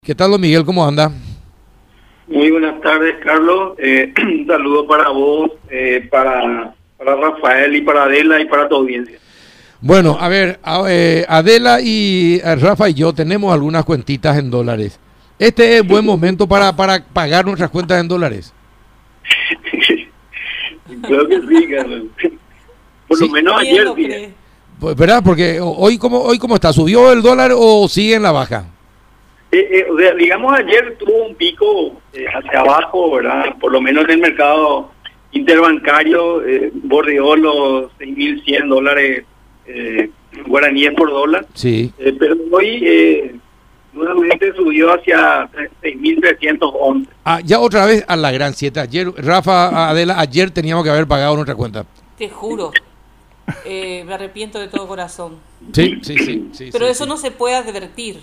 ¿Qué tal, don Miguel? ¿Cómo anda? Muy buenas tardes, Carlos. Un saludo para vos, para Rafael y para Adela y para tu audiencia. Bueno, a ver, Adela y Rafa y yo tenemos algunas cuentitas en dólares. Este es buen momento para pagar nuestras cuentas en dólares. Creo que sí, Carlos. Por Sí. lo menos ayer sí. Pues, ¿verdad? Porque hoy cómo está, ¿subió el dólar o sigue en la baja? O sea, digamos, ayer tuvo un pico hacia abajo, ¿verdad? Por lo menos en el mercado interbancario bordeó los $6.100 guaraníes por dólar. Sí. Pero hoy nuevamente subió hacia 6.311. Ya otra vez a la gran 7. Ayer, Rafa, Adela, ayer teníamos que haber pagado nuestra cuenta. Te juro, me arrepiento de todo corazón. Sí. Pero sí, eso sí. no se puede advertir.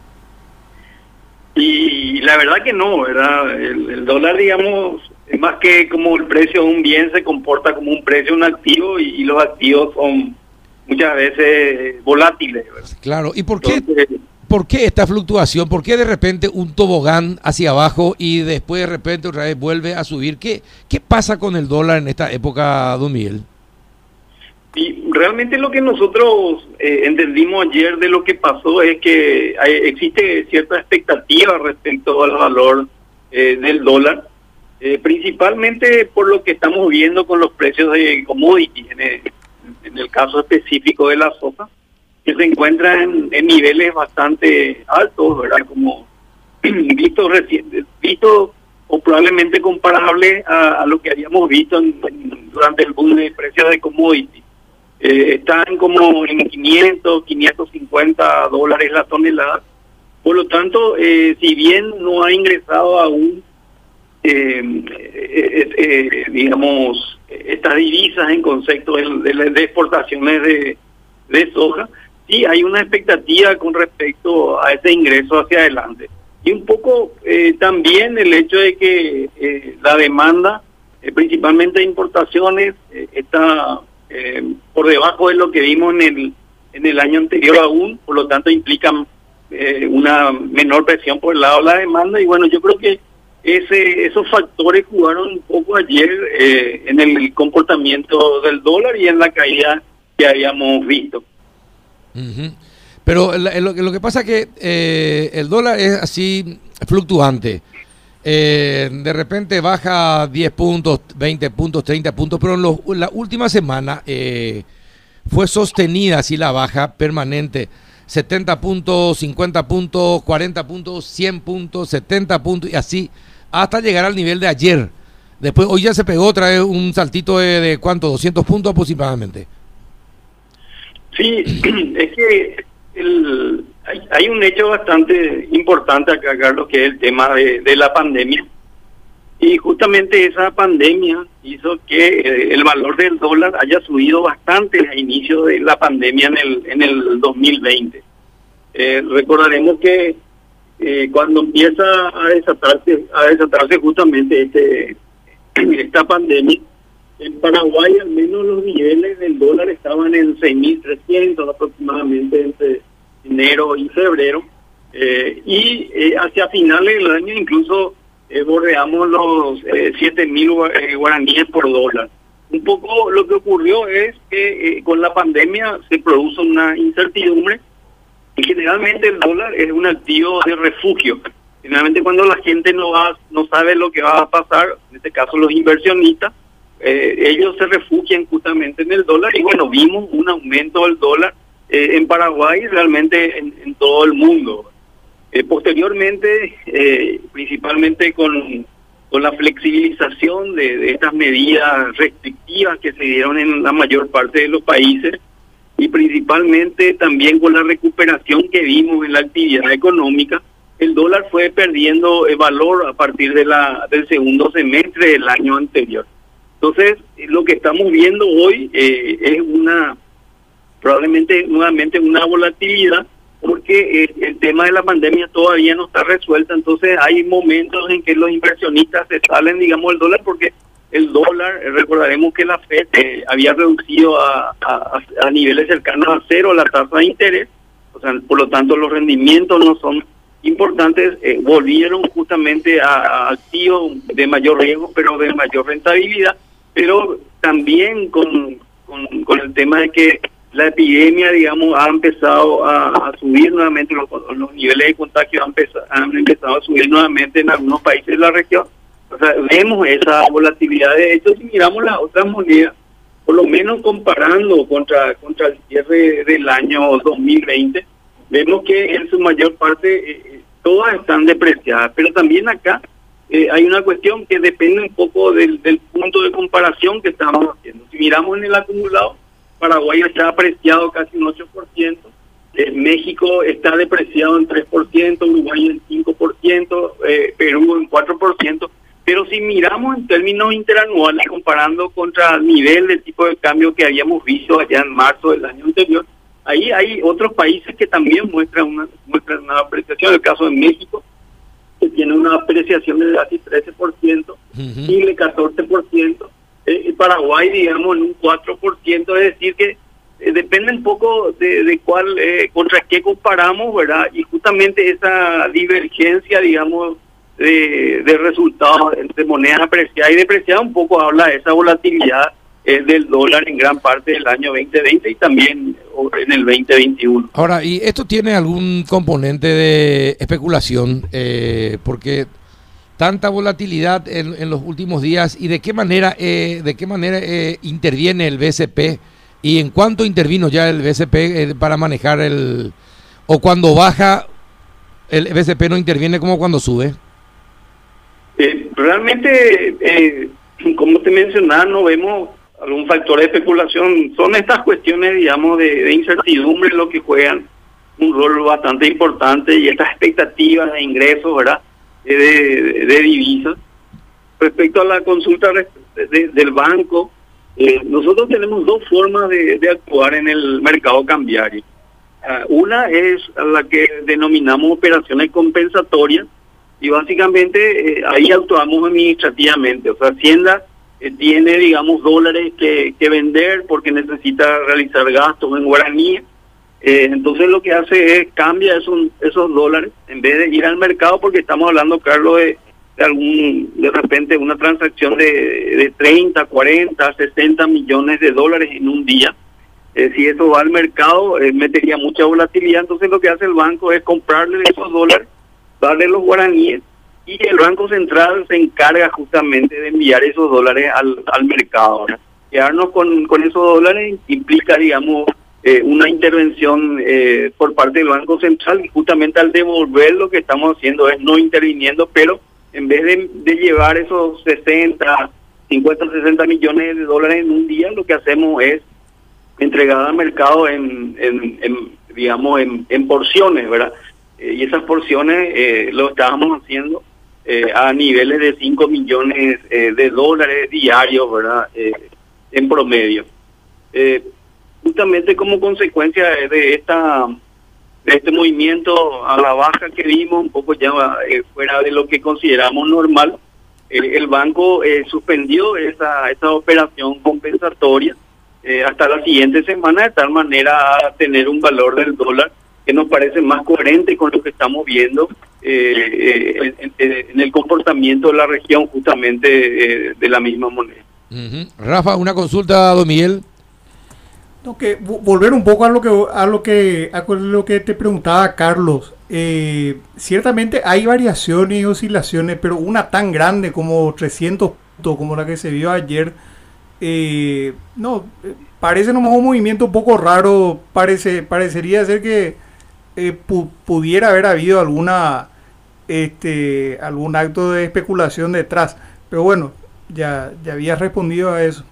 Y la verdad que no, ¿verdad? El dólar, digamos, es más que como el precio de un bien, se comporta como un precio de un activo y los activos son muchas veces volátiles, ¿verdad? Claro, ¿y Entonces, por qué esta fluctuación? ¿Por qué de repente un tobogán hacia abajo y después de repente otra vez vuelve a subir? ¿Qué pasa con el dólar en esta época, don Miguel? y realmente lo que nosotros entendimos ayer de lo que pasó es que existe cierta expectativa respecto al valor del dólar, principalmente por lo que estamos viendo con los precios de commodities, en el caso específico de la soja, que se encuentran en niveles bastante altos, ¿verdad? Como visto o probablemente comparable a lo que habíamos visto durante el boom de precios de commodities. Están como en 500, 550 dólares la tonelada. Por lo tanto, si bien no ha ingresado aún, digamos, estas divisas en concepto de exportaciones de soja, sí hay una expectativa con respecto a ese ingreso hacia adelante. Y un poco también el hecho de que la demanda, principalmente de importaciones, está por debajo de lo que vimos en el año anterior aún, por lo tanto implican una menor presión por el lado de la demanda. Y bueno, yo creo que esos factores jugaron un poco ayer en el comportamiento del dólar y en la caída que habíamos visto. Uh-huh. Pero lo que pasa es que el dólar es así fluctuante. De repente baja 10 puntos, 20 puntos, 30 puntos, pero en la última semana fue sostenida así la baja permanente. 70 puntos, 50 puntos, 40 puntos, 100 puntos, 70 puntos y así hasta llegar al nivel de ayer. Después hoy ya se pegó otra vez un saltito de ¿cuánto? 200 puntos aproximadamente. Sí, es que hay un hecho bastante importante acá, Carlos, que es el tema de la pandemia. Y justamente esa pandemia hizo que el valor del dólar haya subido bastante a inicio de la pandemia en el 2020. Recordaremos que cuando empieza a desatarse justamente esta pandemia, en Paraguay al menos los niveles del dólar estaban en 6.300 aproximadamente entre enero y febrero, y hacia finales del año incluso bordeamos los 7.000 guaraníes por dólar. Un poco lo que ocurrió es que con la pandemia se produjo una incertidumbre y generalmente el dólar es un activo de refugio. Generalmente cuando la gente no sabe lo que va a pasar, en este caso los inversionistas, ellos se refugian justamente en el dólar y bueno, vimos un aumento del dólar en Paraguay y realmente en todo el mundo. Posteriormente, principalmente con la flexibilización de estas medidas restrictivas que se dieron en la mayor parte de los países y principalmente también con la recuperación que vimos en la actividad económica, el dólar fue perdiendo valor a partir del segundo semestre del año anterior. Entonces, lo que estamos viendo hoy es probablemente nuevamente una volatilidad, porque el tema de la pandemia todavía no está resuelta. Entonces hay momentos en que los inversionistas se salen, digamos, del dólar, porque el dólar, recordaremos que la FED había reducido a niveles cercanos a cero la tasa de interés, o sea, por lo tanto los rendimientos no son importantes volvieron justamente a activos de mayor riesgo, pero de mayor rentabilidad, pero también con el tema de que la epidemia, digamos, ha empezado a subir nuevamente, los niveles de contagio han empezado a subir nuevamente en algunos países de la región. O sea, vemos esa volatilidad. De hecho, si miramos las otras monedas, por lo menos comparando contra el cierre del año 2020, vemos que en su mayor parte todas están depreciadas, pero también acá hay una cuestión que depende un poco del punto de comparación que estamos haciendo. Si miramos en el acumulado, Paraguay está apreciado casi un 8%, México está depreciado en 3%, Uruguay en 5%, Perú en 4%, pero si miramos en términos interanuales, comparando contra el nivel de tipo de cambio que habíamos visto allá en marzo del año anterior, ahí hay otros países que también muestran una apreciación. El caso de México, que tiene una apreciación de casi 13%, Chile 14%, Paraguay, digamos, en un 4%, es decir que depende un poco de cuál, contra qué comparamos, ¿verdad? Y justamente esa divergencia, digamos, de resultados entre monedas apreciadas y depreciadas un poco habla de esa volatilidad del dólar en gran parte del año 2020 y también en el 2021. Ahora, ¿y esto tiene algún componente de especulación? Porque tanta volatilidad en los últimos días, y de qué manera interviene el BCP, y en cuánto intervino ya el BCP para manejar o cuando baja el BCP no interviene como cuando sube. Realmente, como te mencionaba, no vemos algún factor de especulación. Son estas cuestiones, digamos, de incertidumbre lo que juegan un rol bastante importante, y estas expectativas de ingresos, ¿verdad?, de divisas. Respecto a la consulta del banco, nosotros tenemos dos formas de actuar en el mercado cambiario. Una es la que denominamos operaciones compensatorias, y básicamente ahí actuamos administrativamente. O sea, Hacienda tiene, digamos, dólares que vender porque necesita realizar gastos en guaraníes. Entonces lo que hace es cambia esos dólares en vez de ir al mercado, porque estamos hablando, Carlos, de repente una transacción de 30, 40, 60 millones de dólares en un día. Si eso va al mercado, metería mucha volatilidad. Entonces lo que hace el banco es comprarle esos dólares, darle los guaraníes, y el Banco Central se encarga justamente de enviar esos dólares al mercado, ¿no? Quedarnos con esos dólares implica, digamos, una intervención por parte del Banco Central, y justamente al devolver lo que estamos haciendo es no interviniendo, pero en vez de llevar esos 50, 60 millones de dólares en un día, lo que hacemos es entregar al mercado digamos, en porciones, ¿verdad? Y esas porciones lo estábamos haciendo a niveles de 5 millones de dólares diarios, ¿verdad? En promedio. Justamente como consecuencia de este movimiento a la baja que vimos, un poco ya fuera de lo que consideramos normal, el banco suspendió esa operación compensatoria hasta la siguiente semana, de tal manera a tener un valor del dólar que nos parece más coherente con lo que estamos viendo en el comportamiento de la región, justamente de la misma moneda. Rafa, una consulta, don Miguel. No, que volver un poco a lo que te preguntaba Carlos. Ciertamente hay variaciones y oscilaciones, pero una tan grande como 300 puntos como la que se vio ayer, parece nomás un movimiento un poco raro. Parecería ser que pudiera haber habido algún acto de especulación detrás, pero bueno, ya habías respondido a eso.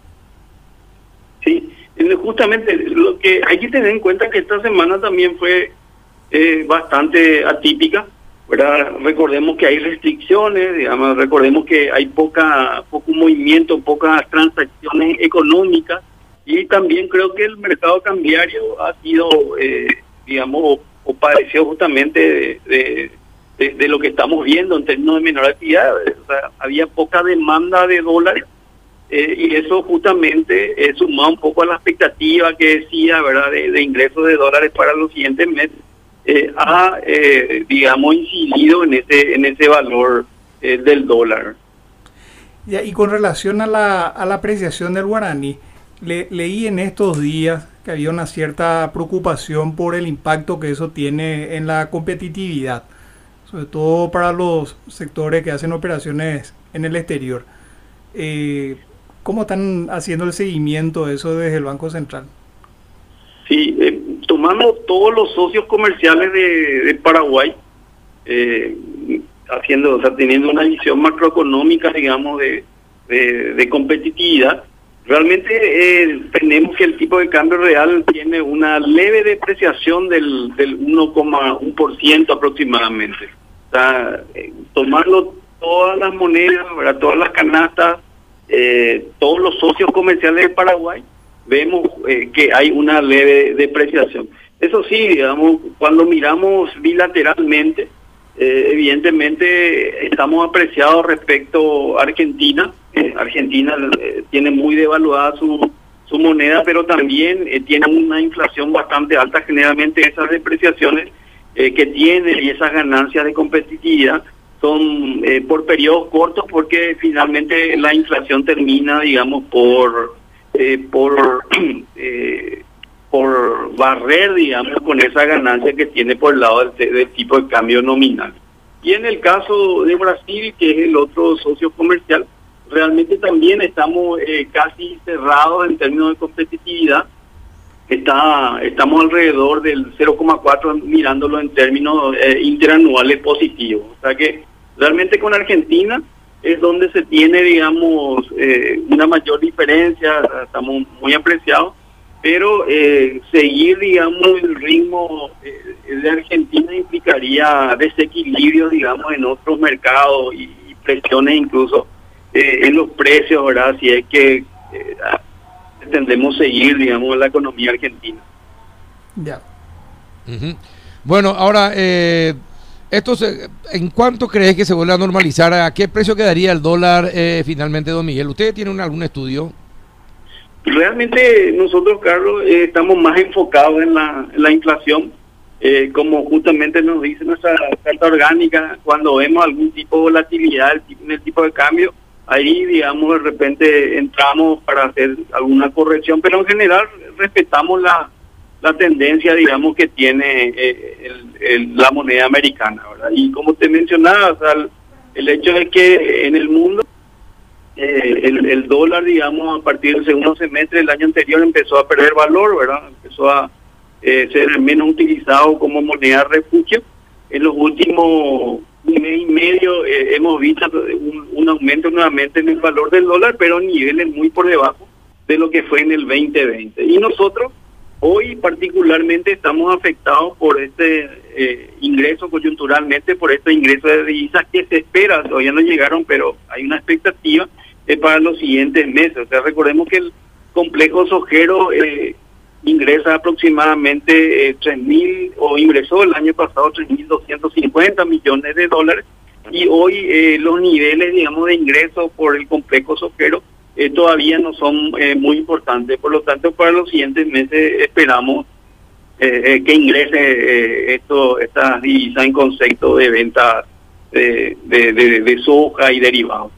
Sí, justamente lo que hay que tener en cuenta que esta semana también fue bastante atípica, ¿verdad? Recordemos que hay restricciones, digamos, recordemos que hay poco movimiento, pocas transacciones económicas, y también creo que el mercado cambiario ha sido, digamos, o padeció justamente de lo que estamos viendo en términos de menor actividad. O sea, había poca demanda de dólares, y eso justamente sumado un poco a la expectativa que decía, ¿verdad?, de ingresos de dólares para los siguientes meses, digamos, incidido en ese valor del dólar. Y con relación a la apreciación del guaraní, leí en estos días que había una cierta preocupación por el impacto que eso tiene en la competitividad, sobre todo para los sectores que hacen operaciones en el exterior. ¿Cómo están haciendo el seguimiento de eso desde el Banco Central? Sí, tomando todos los socios comerciales de Paraguay, teniendo una visión macroeconómica, digamos, de competitividad, realmente tenemos que el tipo de cambio real tiene una leve depreciación del 1,1% aproximadamente. O sea, tomarlo todas las monedas, ¿verdad? Todas las canastas, todos los socios comerciales de Paraguay, vemos que hay una leve depreciación. Eso sí, digamos, cuando miramos bilateralmente, evidentemente estamos apreciados respecto a Argentina. Argentina tiene muy devaluada su moneda, pero también tiene una inflación bastante alta. Generalmente esas depreciaciones que tiene y esas ganancias de competitividad son por periodos cortos, porque finalmente la inflación termina, digamos, por barrer, digamos, con esa ganancia que tiene por el lado del tipo de cambio nominal. Y en el caso de Brasil, que es el otro socio comercial, realmente también estamos casi cerrados en términos de competitividad. Estamos alrededor del 0,4 mirándolo en términos interanuales positivos. O sea que realmente con Argentina es donde se tiene, digamos, una mayor diferencia. Estamos muy apreciados, pero seguir, digamos, el ritmo de Argentina implicaría desequilibrio, digamos, en otros mercados y presiones incluso en los precios, ¿verdad? Si es que pretendemos seguir, digamos, la economía argentina. Ya. Bueno, ahora, ¿en cuánto crees que se vuelve a normalizar? ¿A qué precio quedaría el dólar finalmente, don Miguel? ¿Ustedes tienen algún estudio? Realmente nosotros, Carlos, estamos más enfocados en la inflación, como justamente nos dice nuestra carta orgánica. Cuando vemos algún tipo de volatilidad en el tipo de cambio, ahí, digamos, de repente entramos para hacer alguna corrección, pero en general respetamos la tendencia, digamos, que tiene la moneda americana, ¿verdad? Y como te mencionaba, o sea, el hecho de que en el mundo el dólar, digamos, a partir del segundo semestre del año anterior empezó a perder valor, ¿verdad? Empezó a ser menos utilizado como moneda de refugio. En los últimos mes y medio hemos visto un aumento nuevamente en el valor del dólar, pero a niveles muy por debajo de lo que fue en el 2020. Y nosotros hoy particularmente estamos afectados por este ingreso coyunturalmente, por este ingreso de divisas que se espera. Todavía no llegaron, pero hay una expectativa para los siguientes meses. O sea, recordemos que el complejo sojero ingresa aproximadamente 3.000, o ingresó el año pasado 3.250 millones de dólares, y hoy los niveles, digamos, de ingreso por el complejo sojero todavía no son muy importantes. Por lo tanto, para los siguientes meses esperamos que ingrese estas divisas en concepto de venta de soja y derivados.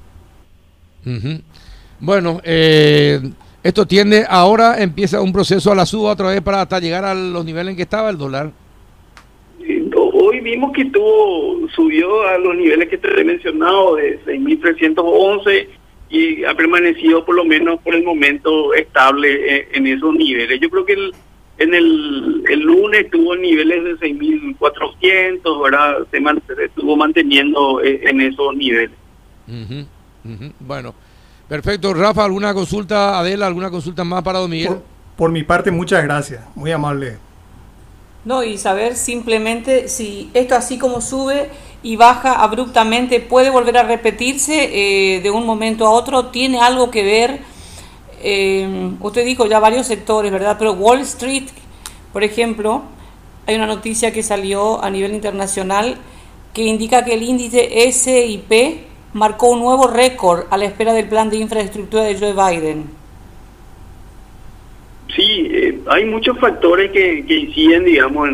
Bueno, esto tiende, ahora empieza un proceso a la suba otra vez para hasta llegar a los niveles en que estaba el dólar. Hoy vimos que subió a los niveles que te he mencionado, de 6.311, y ha permanecido por lo menos por el momento estable en esos niveles. Yo creo que el lunes tuvo niveles de 6.400, ¿verdad? Se estuvo manteniendo en esos niveles. Bueno, perfecto. Rafa, ¿alguna consulta? Adela, ¿alguna consulta más para don Miguel? Por mi parte, muchas gracias. Muy amable. No, y saber simplemente si esto, así como sube y baja abruptamente, puede volver a repetirse de un momento a otro. ¿Tiene algo que ver? Usted dijo ya varios sectores, ¿verdad? Pero Wall Street, por ejemplo, hay una noticia que salió a nivel internacional que indica que el índice S&P marcó un nuevo récord a la espera del plan de infraestructura de Joe Biden. Sí, hay muchos factores que inciden, digamos,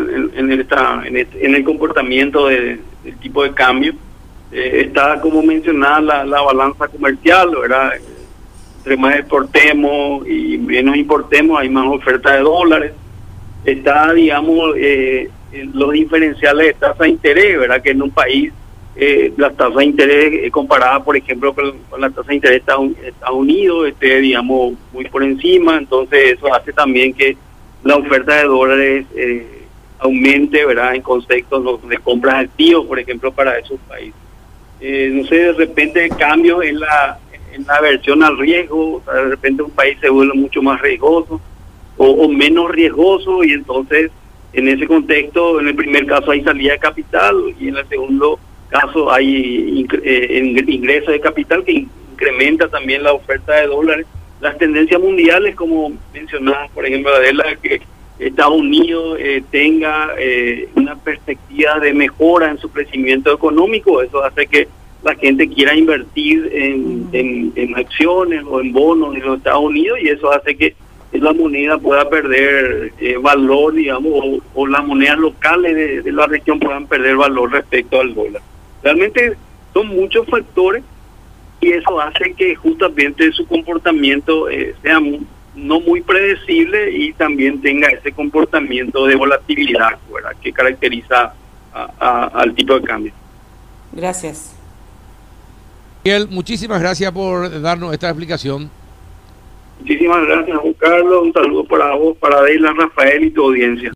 en el comportamiento del tipo de cambio. Está, como mencionaba, la balanza comercial, ¿verdad? Entre más exportemos y menos importemos, hay más oferta de dólares. Está, digamos, los diferenciales de tasa de interés, ¿verdad? Que en un país las tasas de interés comparadas, por ejemplo, con la tasa de interés de Estados Unidos, esté, digamos, muy por encima. Entonces eso hace también que la oferta de dólares aumente, ¿verdad? En conceptos de compras de activos, por ejemplo, para esos países. No sé, de repente cambios en la aversión al riesgo, o sea, de repente un país se vuelve mucho más riesgoso o menos riesgoso, y entonces en ese contexto, en el primer caso hay salida de capital y en el segundo caso hay ingreso de capital que incrementa también la oferta de dólares. Las tendencias mundiales, como mencionaba, por ejemplo, Adela, que Estados Unidos tenga una perspectiva de mejora en su crecimiento económico, eso hace que la gente quiera invertir en acciones o en bonos de los Estados Unidos, y eso hace que la moneda pueda perder valor, digamos, o las monedas locales de la región puedan perder valor respecto al dólar. Realmente son muchos factores y eso hace que justamente su comportamiento sea no muy predecible y también tenga ese comportamiento de volatilidad, ¿verdad?, que caracteriza al tipo de cambio. Gracias. Miguel, muchísimas gracias por darnos esta explicación. Muchísimas gracias, Juan Carlos. Un saludo para vos, para Adela, Rafael y tu audiencia.